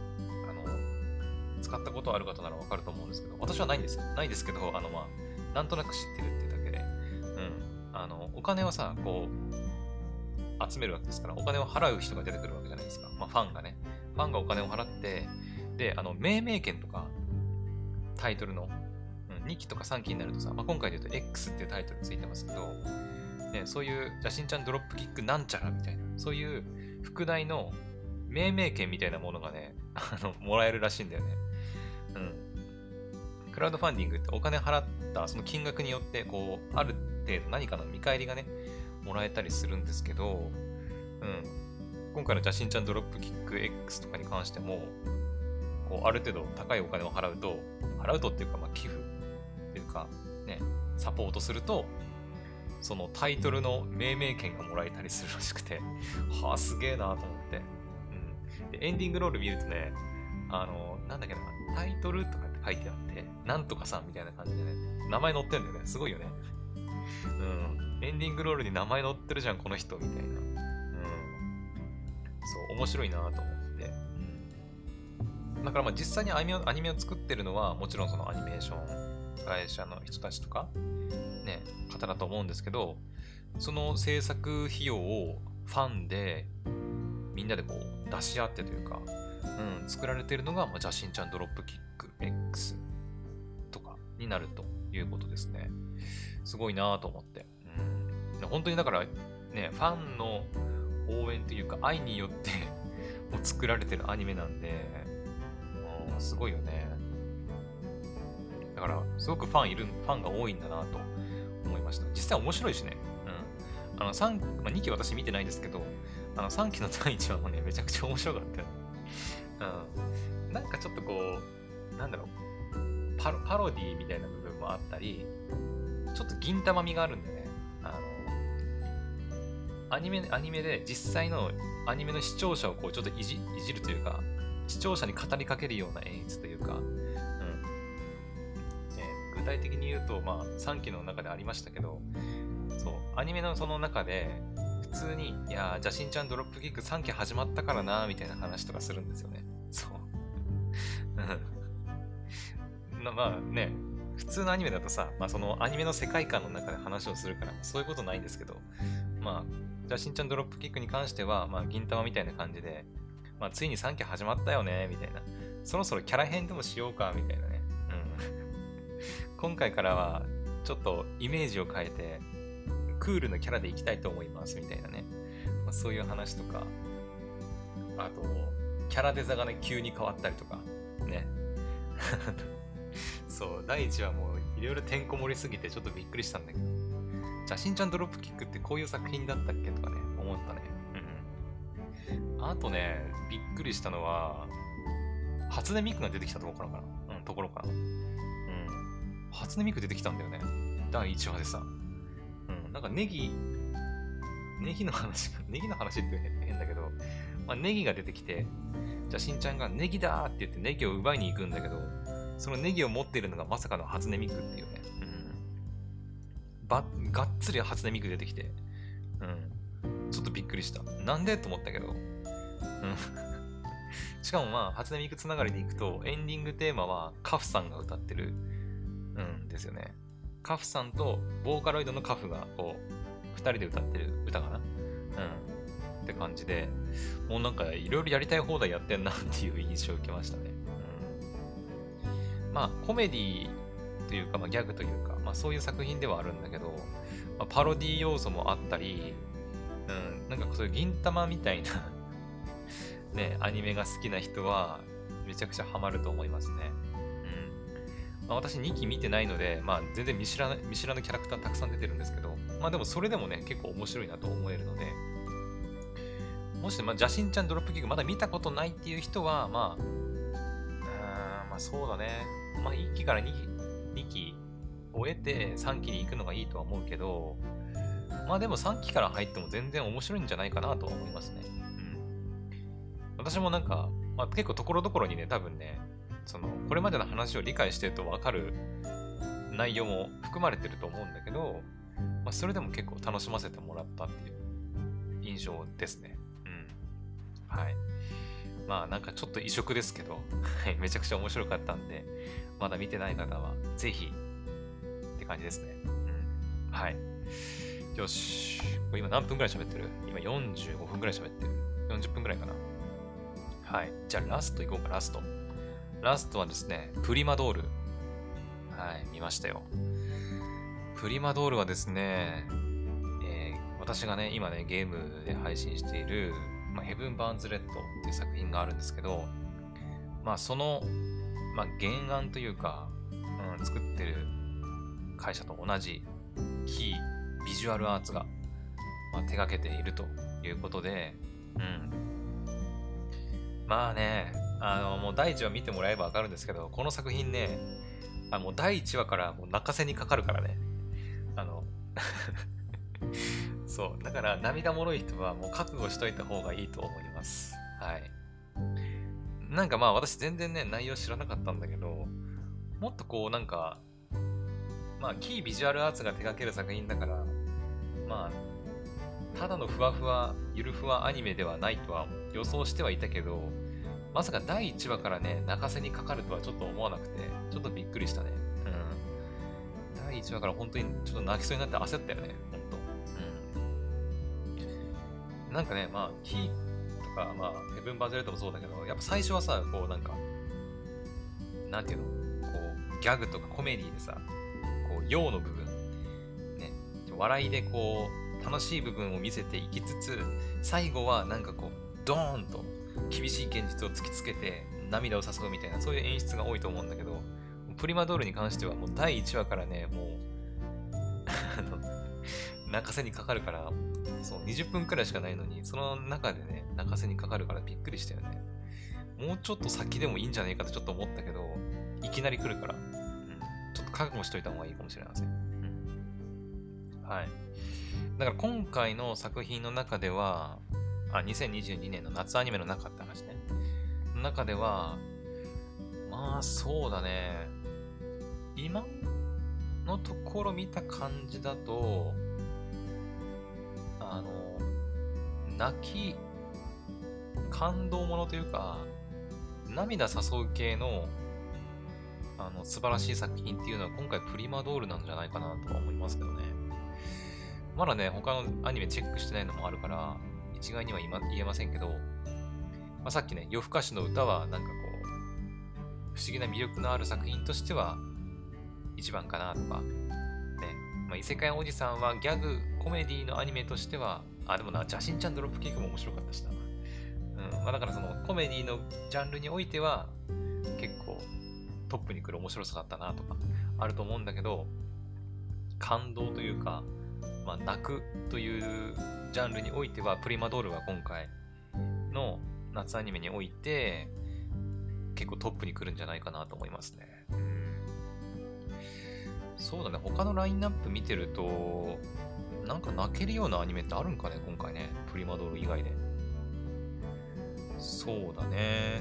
使ったことある方ならわかると思うんですけど、私はないんですよ。ないですけど、なんとなく知ってるっていうだけで、お金をさ、こう、集めるわけですから、お金を払う人が出てくるわけじゃないですか。ファンがね。ファンがお金を払って、で、命名権とか、タイトルの、2期とか3期になるとさ、今回で言うと X っていうタイトルついてますけど、ね、そういう、じゃあしんちゃんドロップキックなんちゃらみたいな、そういう副題の命名権みたいなものがね、もらえるらしいんだよね。 クラウドファンディングってお金払ったその金額によって、こう、ある程度何かの見返りがね、もらえたりするんですけど、今回の邪神ちゃんドロップキック X とかに関しても、こう、ある程度高いお金を払うとっていうか、まあ、寄付っていうか、ね、サポートすると、そのタイトルの命名権がもらえたりするらしくて、はあ、すげえなと思って。で、エンディングロール見るとね、なんだっけな、タイトルとかって書いてあって、なんとかさんみたいな感じでね、名前載ってんだよね。すごいよね。エンディングロールに名前載ってるじゃん、この人、みたいな。そう、面白いなと思って。だからまあ実際にアニメを作ってるのは、もちろんそのアニメーション会社の人たちとか、ね、方だと思うんですけど、その制作費用をファンで、みんなでこう出し合ってというか、作られているのが、邪神ちゃんドロップキック X とかになるということですね。すごいなぁと思って。本当にだからね、ファンの応援というか愛によってもう作られてるアニメなんで、すごいよね。だから、すごくファンが多いんだなと思いました。実際面白いしね。2期私見てないんですけど、3期の第1話もね、めちゃくちゃ面白かったよ。なんかちょっとこう、なんだろう、パロディみたいな部分もあったり、ちょっと銀玉みがあるんだよね。アニメで実際のアニメの視聴者をこうちょっといじるというか、視聴者に語りかけるような演出というか、具体的に言うと、まあ、3期の中でありましたけど、そう、アニメのその中で、普通に、いやー、邪神ちゃんドロップキック3期始まったからなーみたいな話とかするんですよね。そう。まあね、普通のアニメだとさ、まあそのアニメの世界観の中で話をするから、そういうことないんですけど、まあ、邪神ちゃんドロップキックに関しては、まあ、銀玉みたいな感じで、まあ、ついに3期始まったよね、みたいな。そろそろキャラ編でもしようか、みたいなね。今回からは、ちょっとイメージを変えて、クールなキャラでいきたいと思います、みたいなね。まあ、そういう話とか、あと、キャラデザがね、急に変わったりとか、ね。そう、第1話もいろいろてんこ盛りすぎてちょっとびっくりしたんだけど、邪神ちゃんドロップキックってこういう作品だったっけとかね、思ったね。あとね、びっくりしたのは、初音ミクが出てきたところかな。初音ミク出てきたんだよね。第1話でさ。なんかネギの話って変だけど、まあ、ネギが出てきて、じゃあしんちゃんがネギだーって言ってネギを奪いに行くんだけど、そのネギを持っているのがまさかの初音ミクっていうね。がっつり初音ミク出てきて、ちょっとびっくりした。なんでと思ったけど、しかもまあ、初音ミクつながりでいくと、エンディングテーマはカフさんが歌ってる、ですよね。カフさんとボーカロイドのカフがこう、2人で歌ってる歌かな。って感じで、もうなんかいろいろやりたい放題やってんなっていう印象を受けましたね。まあ、コメディというか、まあ、ギャグというか、まあそういう作品ではあるんだけど、まあ、パロディ要素もあったり、なんかそういう銀玉みたいなね、アニメが好きな人はめちゃくちゃハマると思いますね。まあ、私2期見てないので、まあ全然見知らぬキャラクターたくさん出てるんですけど、まあでもそれでもね、結構面白いなと思えるので、もし、まあ、邪神ちゃんドロップキックまだ見たことないっていう人は、まあそうだね。まあ1期から2期終えて3期に行くのがいいとは思うけど、まあでも3期から入っても全然面白いんじゃないかなとは思いますね。私もなんか、まあ、結構ところどころにね、多分ね、これまでの話を理解してると分かる内容も含まれてると思うんだけど、まあ、それでも結構楽しませてもらったっていう印象ですね。はい。まあなんかちょっと異色ですけど、めちゃくちゃ面白かったんで、まだ見てない方はぜひって感じですね。はい。よし。今何分くらい喋ってる？今45分くらい喋ってる。40分くらいかな。はい。じゃあラストいこうか、ラスト。ラストはですね、プリマドール。はい、見ましたよ。プリマドールはですね、私がね、今ね、ゲームで配信している、まあ、ヘブン・バーンズ・レッドっていう作品があるんですけど、まあその、まあ原案というか、 作ってる会社と同じキービジュアルアーツが、手掛けているということで、まあね、もう第1話見てもらえばわかるんですけど、この作品ね、もう第1話からもう泣かせにかかるからね。そう。だから涙もろい人はもう覚悟しといた方がいいと思います。はい。なんか私全然ね、内容知らなかったんだけど、もっとこうなんか、キービジュアルアーツが手掛ける作品だから、ただのふわふわ、ゆるふわアニメではないとは予想してはいたけど、まさか第1話からね、泣かせにかかるとはちょっと思わなくて、ちょっとびっくりしたね。第1話から本当にちょっと泣きそうになって焦ったよね、本当。なんかね、キーとか、ヘブン・バズ・レットもそうだけど、やっぱ最初はさ、こうなんか、なんていうの、こう、ギャグとかコメディでさ、こう、陽の部分、ね、笑いでこう、楽しい部分を見せていきつつ、最後はなんかこう、ドーンと厳しい現実を突きつけて涙を誘うみたいな、そういう演出が多いと思うんだけど、プリマドールに関してはもう第1話からね、もう泣かせにかかるから、そう、20分くらいしかないのに、その中でね、泣かせにかかるからびっくりしたよね。もうちょっと先でもいいんじゃないかとちょっと思ったけど、いきなり来るから、ちょっと覚悟しといた方がいいかもしれません。はい。だから今回の作品の中では、2022年の夏アニメの中って話ね。の中では、そうだね。今のところ見た感じだと、感動ものというか、涙誘う系の、素晴らしい作品っていうのは今回プリマドールなんじゃないかなとは思いますけどね。まだね、他のアニメチェックしてないのもあるから、一概には言えませんけど、さっきね、夜更かしの歌はなんかこう、不思議な魅力のある作品としては一番かなとか、ね、異世界おじさんはギャグ、コメディのアニメとしては、でもな、邪神ちゃんドロップキックも面白かったしな。だからそのコメディのジャンルにおいては結構トップに来る面白さだったなとかあると思うんだけど、感動というか、泣くというジャンルにおいてはプリマドールは今回の夏アニメにおいて結構トップに来るんじゃないかなと思いますね。そうだね、他のラインナップ見てるとなんか泣けるようなアニメってあるんかね、今回ね、プリマドール以外で。そうだね。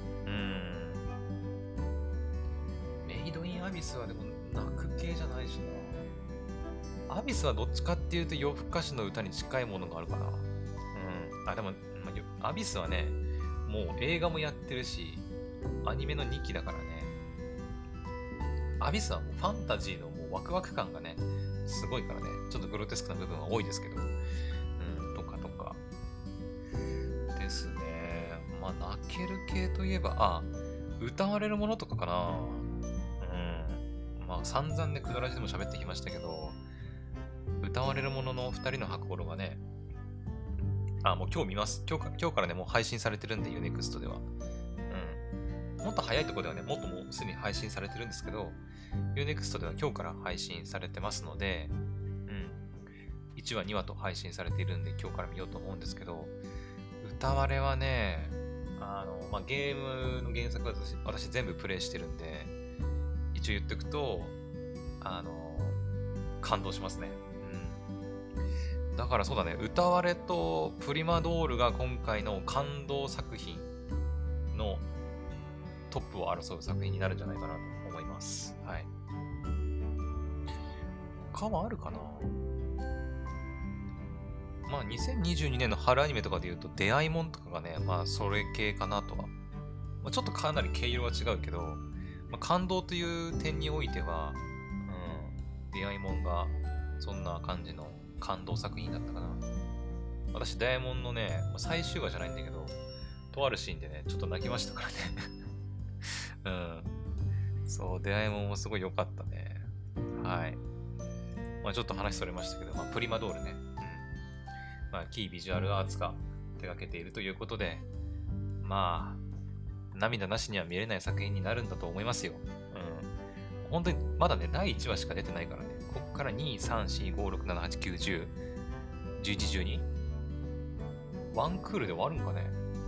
メイドインアビスはでも泣く系じゃないしな。アビスはどっちかっていうと夜更かしの歌に近いものがあるかな。でも、アビスはね、もう映画もやってるし、アニメの2期だからね。アビスはもうファンタジーのもうワクワク感がね、すごいからね。ちょっとグロテスクな部分は多いですけど。とかとか。ですね。泣ける系といえば、歌われるものとかかな。散々ね、クドラジでも喋ってきましたけど、歌われるものの2人の箱ロがね、もう今日見ます。今日からね、もう配信されてるんで、ユネクストでは。もっと早いところではね、もっともうすでに配信されてるんですけど、ユネクストでは今日から配信されてますので、1話、2話と配信されているんで、今日から見ようと思うんですけど、歌われはね、ゲームの原作は私全部プレイしてるんで、一応言っておくと、感動しますね。だからそうだね、歌われとプリマドールが今回の感動作品のトップを争う作品になるんじゃないかなと思います。はい。他はあるかな。2022年の春アニメとかで言うと、出会いもんとかがね、それ系かなとは。ちょっとかなり毛色は違うけど、感動という点においては、出会いもんがそんな感じの感動作品だったかな。私、ダイヤモンのね、最終話じゃないんだけど、とあるシーンでね、ちょっと泣きましたからね。そう、出会いもんもすごい良かったね。はい。ちょっと話それましたけど、プリマドールね。キービジュアルアーツが手掛けているということで、涙なしには見れない作品になるんだと思いますよ。 本当にまだね、第1話しか出てないからね。こっから2、3、4、5、6、7、8、9、10、11、12? ワンクールで終わるんかね。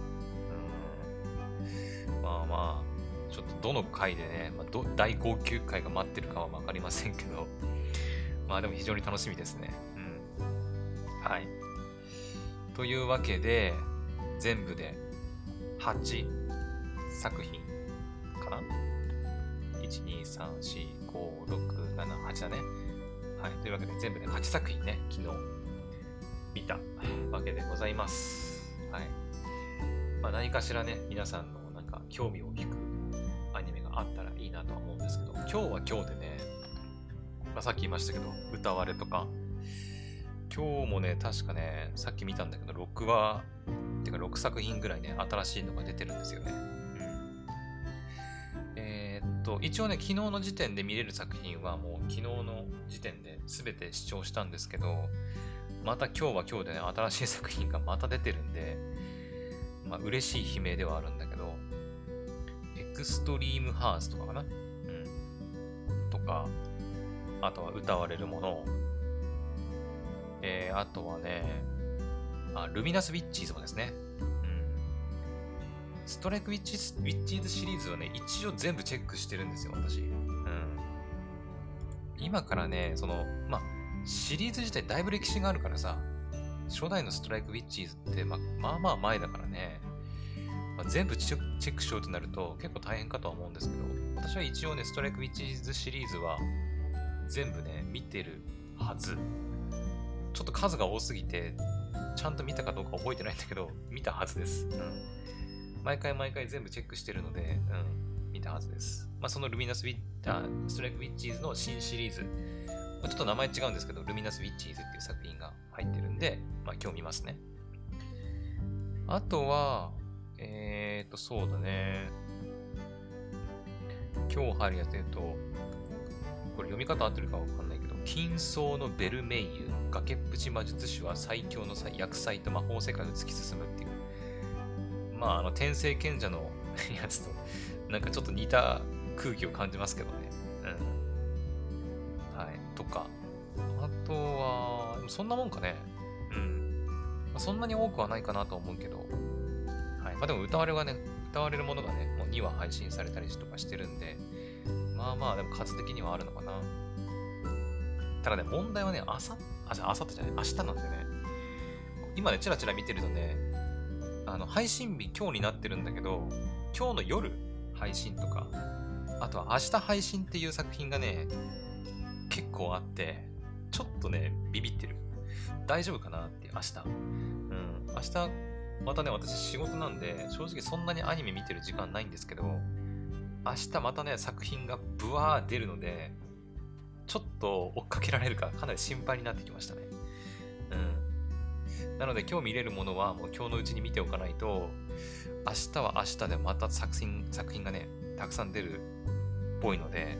まあまあ、ちょっとどの回でね、大号泣回が待ってるかはわかりませんけど、まあでも非常に楽しみですね。はい。というわけで、全部で8作品かな ?1、2、3、4、5、6、7、8だね。はい。というわけで全部で8作品ね、昨日見たわけでございます。はい。まあ何かしらね、皆さんのなんか興味を引くアニメがあったらいいなとは思うんですけど、今日は今日でね、さっき言いましたけど、歌われとか、今日もね、確かね、さっき見たんだけど、6話、てか6作品ぐらいね、新しいのが出てるんですよね。一応ね、昨日の時点で見れる作品はもう昨日の時点で全て視聴したんですけど、また今日は今日でね、新しい作品がまた出てるんで、まあ嬉しい悲鳴ではあるんだけど、エクストリームハーツとかかな、とか、あとは歌われるもの、あとはね、ルミナス・ウィッチーズもですね。ストライク・ウィッチーズシリーズはね、一応全部チェックしてるんですよ、私。今からね、シリーズ自体だいぶ歴史があるからさ、初代のストライク・ウィッチーズって、まあまあ前だからね、全部チェックしようとなると結構大変かとは思うんですけど、私は一応ね、ストライク・ウィッチーズシリーズは全部ね、見てるはず。ちょっと数が多すぎて、ちゃんと見たかどうか覚えてないんだけど、見たはずです。毎回全部チェックしてるので、見たはずです。そのルミナス・ストライク・ウィッチーズの新シリーズ、ちょっと名前違うんですけど、ルミナス・ウィッチーズっていう作品が入ってるんで、今日見ますね。あとは、そうだね。今日入るやつで言うと、これ読み方合ってるかわかんないけど、金層のベルメイユ、崖っぷち魔術師は最強の厄災と魔法世界を突き進むっていう。天聖賢者のやつと、なんかちょっと似た空気を感じますけどね。はい。とか。あとは、そんなもんかね。そんなに多くはないかなと思うけど。はい。でも歌われるものがね、もう2話配信されたりとかしてるんで、でも数的にはあるのかな。ただね、問題はね、明日なんでね。今ね、チラチラ見てるとね、配信日今日になってるんだけど、今日の夜配信とか、あとは明日配信っていう作品がね、結構あって、ちょっとね、ビビってる。大丈夫かなって明日。明日、またね、私仕事なんで、正直そんなにアニメ見てる時間ないんですけど、明日またね、作品がブワー出るので、ちょっと追っかけられるかかなり心配になってきましたね。なので今日見れるものはもう今日のうちに見ておかないと、明日は明日でまた作品がね、たくさん出るっぽいので、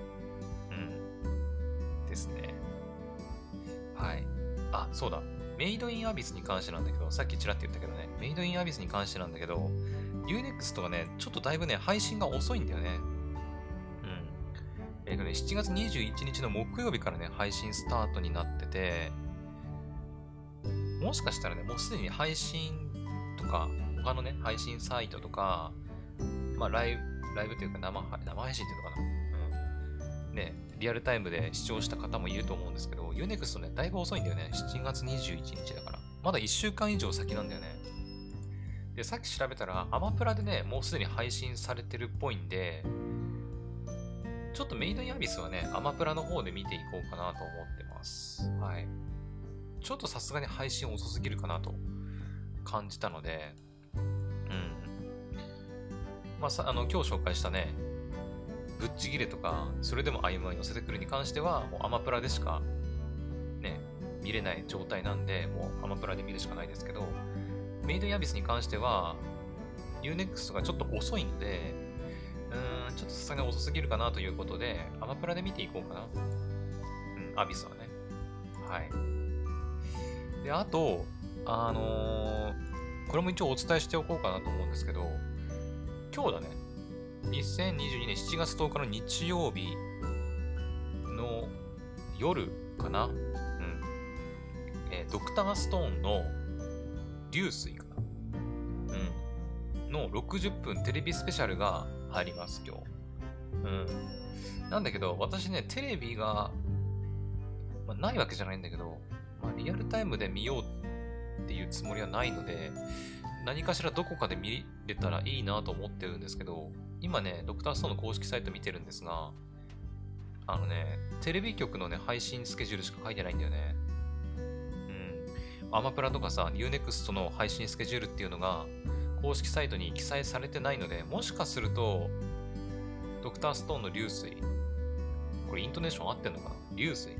ですね。はい。そうだ。メイドインアビスに関してなんだけど、さっきちらって言ったけどね、メイドインアビスに関してなんだけど、UNEXT とかね、ちょっとだいぶね、配信が遅いんだよね。7月21日の木曜日からね、配信スタートになってて、もしかしたらね、もうすでに配信とか、他のね、配信サイトとか、ライブというか生配信っていうのかな。ね、リアルタイムで視聴した方もいると思うんですけど、UNEXT ね、だいぶ遅いんだよね。7月21日だから。まだ1週間以上先なんだよね。で、さっき調べたら、アマプラでね、もうすでに配信されてるっぽいんで、ちょっとメイドインアビスはね、アマプラの方で見ていこうかなと思ってます。はい。ちょっとさすがに配信遅すぎるかなと感じたので、今日紹介したね、ぶっちぎれとか、それでも歩みを寄せてくるに関しては、もうアマプラでしかね、見れない状態なんで、もうアマプラで見るしかないですけど、メイドインアビスに関しては、UNEXT がちょっと遅いんで、ちょっとさすがに遅すぎるかなということで、アマプラで見ていこうかな。アビスはね。はい。で、あと、これも一応お伝えしておこうかなと思うんですけど、今日だね、2022年7月10日の日曜日夜かな。ドクターストーンの流水かな。の60分テレビスペシャルが入ります、今日。なんだけど、私ね、テレビが、ないわけじゃないんだけど、リアルタイムで見ようっていうつもりはないので、何かしらどこかで見れたらいいなと思ってるんですけど、今ね、ドクターストーンの公式サイト見てるんですが、テレビ局のね、配信スケジュールしか書いてないんだよね。アマプラとかさ、Unext の配信スケジュールっていうのが、公式サイトに記載されてないので、もしかすると、ドクターストーンの流水、これイントネーション合ってんのかな。流水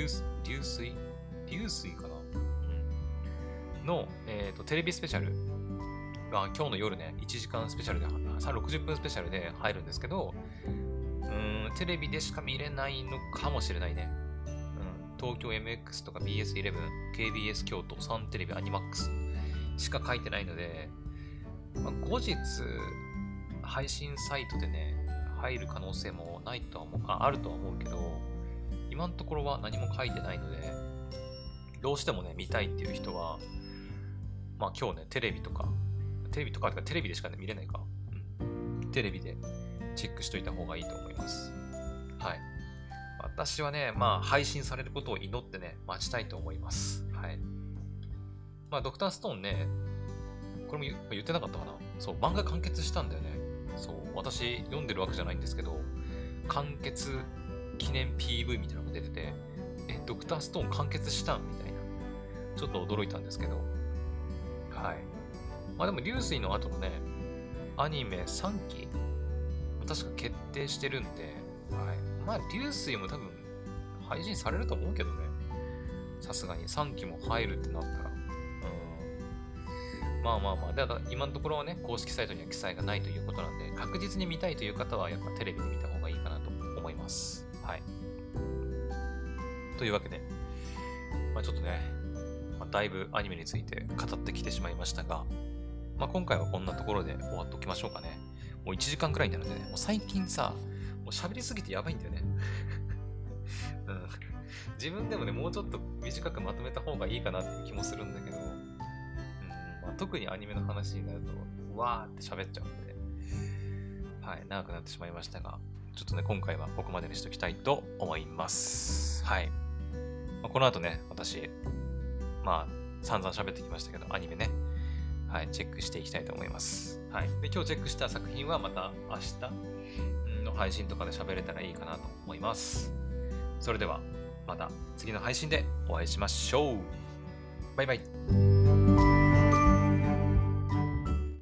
かな、の、テレビスペシャルが今日の夜ね、1時間スペシャルで、60分スペシャルで入るんですけど、テレビでしか見れないのかもしれないね。東京 MX とか BS11、KBS 京都、サンテレビ、アニマックスしか書いてないので、後日、配信サイトでね、入る可能性もないとはあるとは思うけど、今のところは何も書いてないので、どうしてもね、見たいっていう人は、今日ね、テレビとかテレビでしかね、見れないか。テレビでチェックしといた方がいいと思います。はい。私はね、配信されることを祈ってね、待ちたいと思います。はい。ドクターストーンね、これも言ってなかったかな。そう、漫画完結したんだよね。そう、私読んでるわけじゃないんですけど、完結記念 PV みたいなのが出てて、ドクターストーン完結したんみたいな。ちょっと驚いたんですけど。はい。でも、流水の後のね、アニメ3期、確か決定してるんで、はい。流水も多分、配信されると思うけどね。さすがに3期も入るってなったら。だから今のところはね、公式サイトには記載がないということなんで、確実に見たいという方は、やっぱテレビで見た方がいいかなと思います。はい。というわけで、ちょっとね、だいぶアニメについて語ってきてしまいましたが、今回はこんなところで終わっておきましょうかね。もう1時間くらいになるんでね、もう最近さ、もう喋りすぎてやばいんだよね。自分でもね、もうちょっと短くまとめた方がいいかなっていう気もするんだけど、特にアニメの話になると、わーって喋っちゃうんで、はい、長くなってしまいましたが、ちょっとね、今回はここまでにしておきたいと思います。はい。この後ね、私、散々喋ってきましたけど、アニメね、はい、チェックしていきたいと思います。はい。で、今日チェックした作品はまた明日の配信とかで喋れたらいいかなと思います。それでは、また次の配信でお会いしましょう。バイバイ。